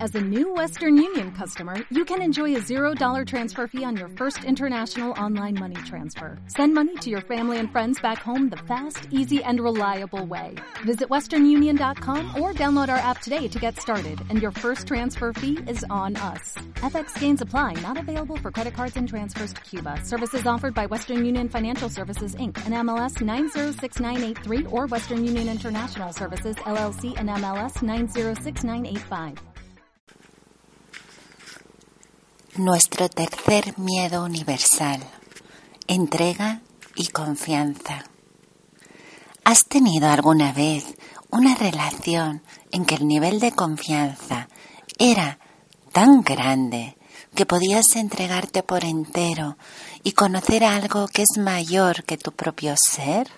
As a new Western Union customer, you can enjoy a $0 transfer fee on your first international online money transfer. Send money to your family and friends back home the fast, easy, and reliable way. Visit westernunion.com or download our app today to get started, and your first transfer fee is on us. FX gains apply, not available for credit cards and transfers to Cuba. Services offered by Western Union Financial Services, Inc., and MLS 906983, or Western Union International Services, LLC, and MLS 906985. Nuestro tercer miedo universal: entrega y confianza. ¿Has tenido alguna vez una relación en que el nivel de confianza era tan grande que podías entregarte por entero y conocer algo que es mayor que tu propio ser?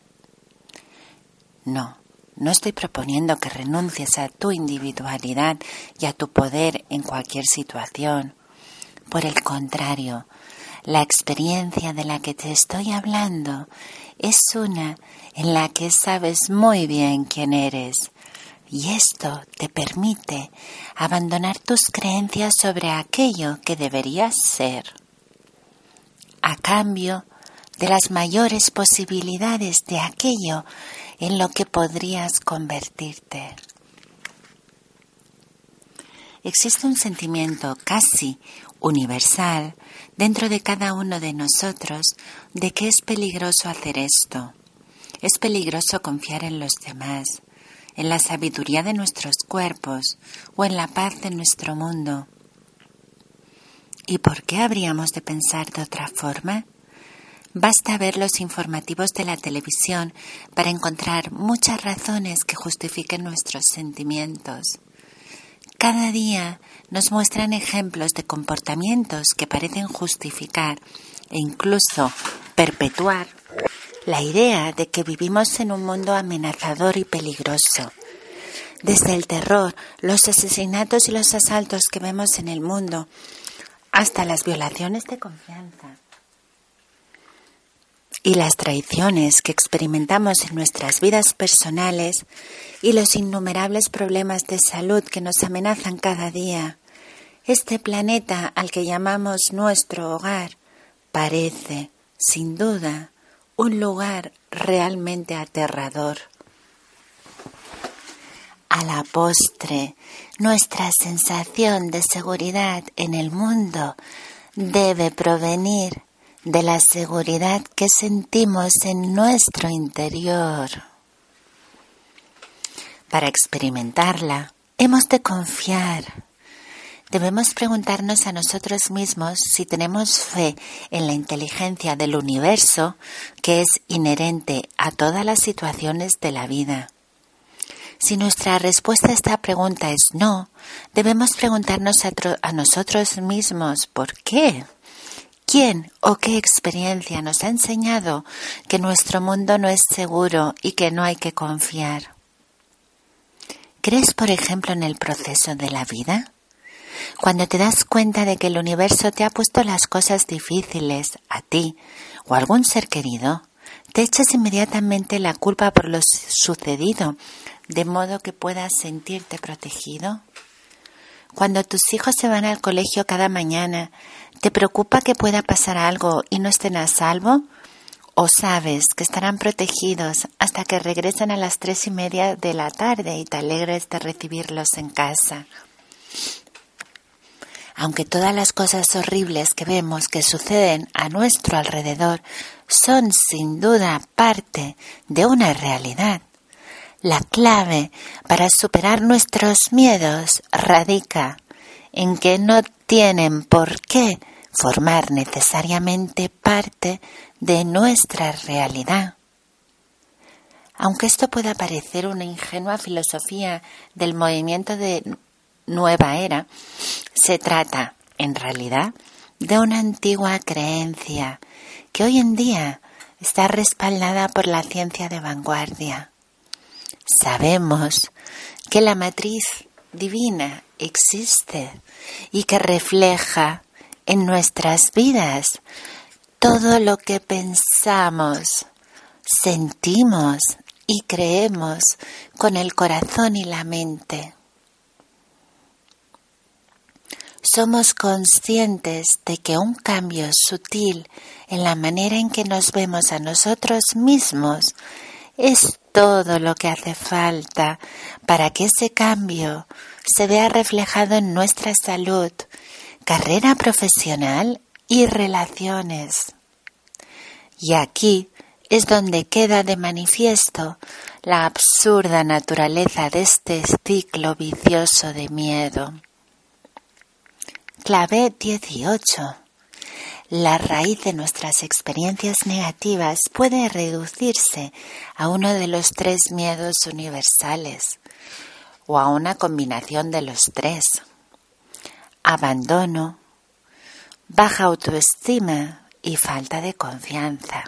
No estoy proponiendo que renuncies a tu individualidad y a tu poder en cualquier situación. Por el contrario, la experiencia de la que te estoy hablando es una en la que sabes muy bien quién eres, y esto te permite abandonar tus creencias sobre aquello que deberías ser, a cambio de las mayores posibilidades de aquello en lo que podrías convertirte. Existe un sentimiento casi universal dentro de cada uno de nosotros de que es peligroso hacer esto. Es peligroso confiar en los demás, en la sabiduría de nuestros cuerpos o en la paz de nuestro mundo. ¿Y por qué habríamos de pensar de otra forma? Basta ver los informativos de la televisión para encontrar muchas razones que justifiquen nuestros sentimientos. Cada día nos muestran ejemplos de comportamientos que parecen justificar e incluso perpetuar la idea de que vivimos en un mundo amenazador y peligroso. Desde el terror, los asesinatos y los asaltos que vemos en el mundo, hasta las violaciones de confianza y las traiciones que experimentamos en nuestras vidas personales y los innumerables problemas de salud que nos amenazan cada día. Este planeta al que llamamos nuestro hogar parece, sin duda, un lugar realmente aterrador. A la postre, nuestra sensación de seguridad en el mundo debe provenir de la seguridad que sentimos en nuestro interior. Para experimentarla, hemos de confiar. Debemos preguntarnos a nosotros mismos si tenemos fe en la inteligencia del universo que es inherente a todas las situaciones de la vida. Si nuestra respuesta a esta pregunta es no, debemos preguntarnos a nosotros mismos ¿por qué? ¿Quién o qué experiencia nos ha enseñado que nuestro mundo no es seguro y que no hay que confiar? ¿Crees, por ejemplo, en el proceso de la vida? Cuando te das cuenta de que el universo te ha puesto las cosas difíciles a ti o a algún ser querido, te echas inmediatamente la culpa por lo sucedido, de modo que puedas sentirte protegido. Cuando tus hijos se van al colegio cada mañana, ¿te preocupa que pueda pasar algo y no estén a salvo? ¿O sabes que estarán protegidos hasta que regresen a las 3:30 de la tarde y te alegres de recibirlos en casa? Aunque todas las cosas horribles que vemos que suceden a nuestro alrededor son sin duda parte de una realidad, la clave para superar nuestros miedos radica en que no tienen por qué formar necesariamente parte de nuestra realidad. Aunque esto pueda parecer una ingenua filosofía del movimiento de nueva era, se trata, en realidad, de una antigua creencia que hoy en día está respaldada por la ciencia de vanguardia. Sabemos que la matriz divina existe y que refleja en nuestras vidas todo lo que pensamos, sentimos y creemos con el corazón y la mente. somos conscientes de que un cambio sutil en la manera en que nos vemos a nosotros mismos es todo lo que hace falta para que ese cambio se vea reflejado en nuestra salud, carrera profesional y relaciones. Y aquí es donde queda de manifiesto la absurda naturaleza de este ciclo vicioso de miedo. Clave 18. La raíz de nuestras experiencias negativas puede reducirse a uno de los 3 miedos universales o a una combinación de los 3. Abandono, baja autoestima y falta de confianza.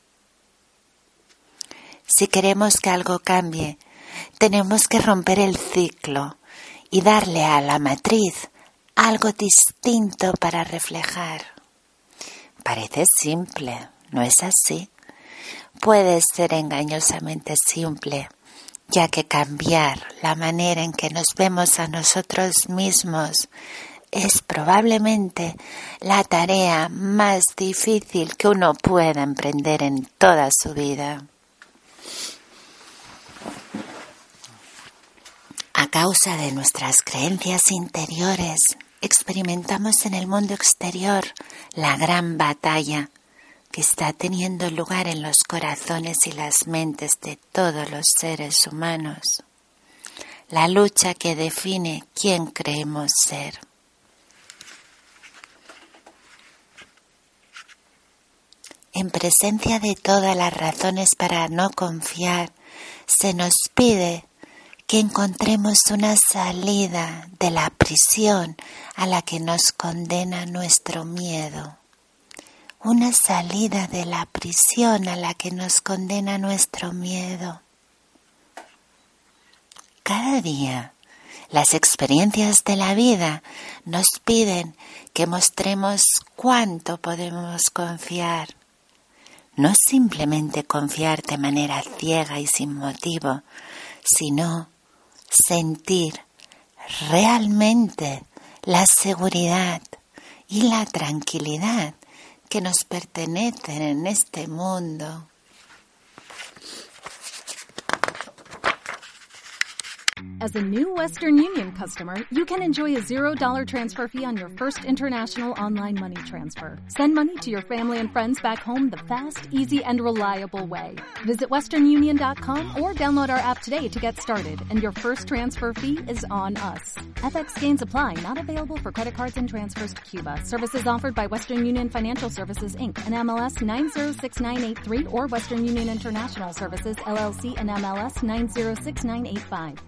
Si queremos que algo cambie, tenemos que romper el ciclo y darle a la matriz algo distinto para reflejar. Parece simple, ¿no es así? Puede ser engañosamente simple, ya que cambiar la manera en que nos vemos a nosotros mismos es probablemente la tarea más difícil que uno pueda emprender en toda su vida. A causa de nuestras creencias interiores, experimentamos en el mundo exterior la gran batalla que está teniendo lugar en los corazones y las mentes de todos los seres humanos. La lucha que define quién creemos ser. En presencia de todas las razones para no confiar, se nos pide que encontremos una salida de la prisión a la que nos condena nuestro miedo. Una salida de la prisión a la que nos condena nuestro miedo. Cada día, las experiencias de la vida nos piden que mostremos cuánto podemos confiar. No simplemente confiar de manera ciega y sin motivo, sino sentir realmente la seguridad y la tranquilidad que nos pertenecen en este mundo. As a new Western Union customer, you can enjoy a $0 transfer fee on your first international online money transfer. Send money to your family and friends back home the fast, easy, and reliable way. Visit westernunion.com or download our app today to get started, and your first transfer fee is on us. FX gains apply, not available for credit cards and transfers to Cuba. Services offered by Western Union Financial Services, Inc., and MLS 906983, or Western Union International Services, LLC, and MLS 906985.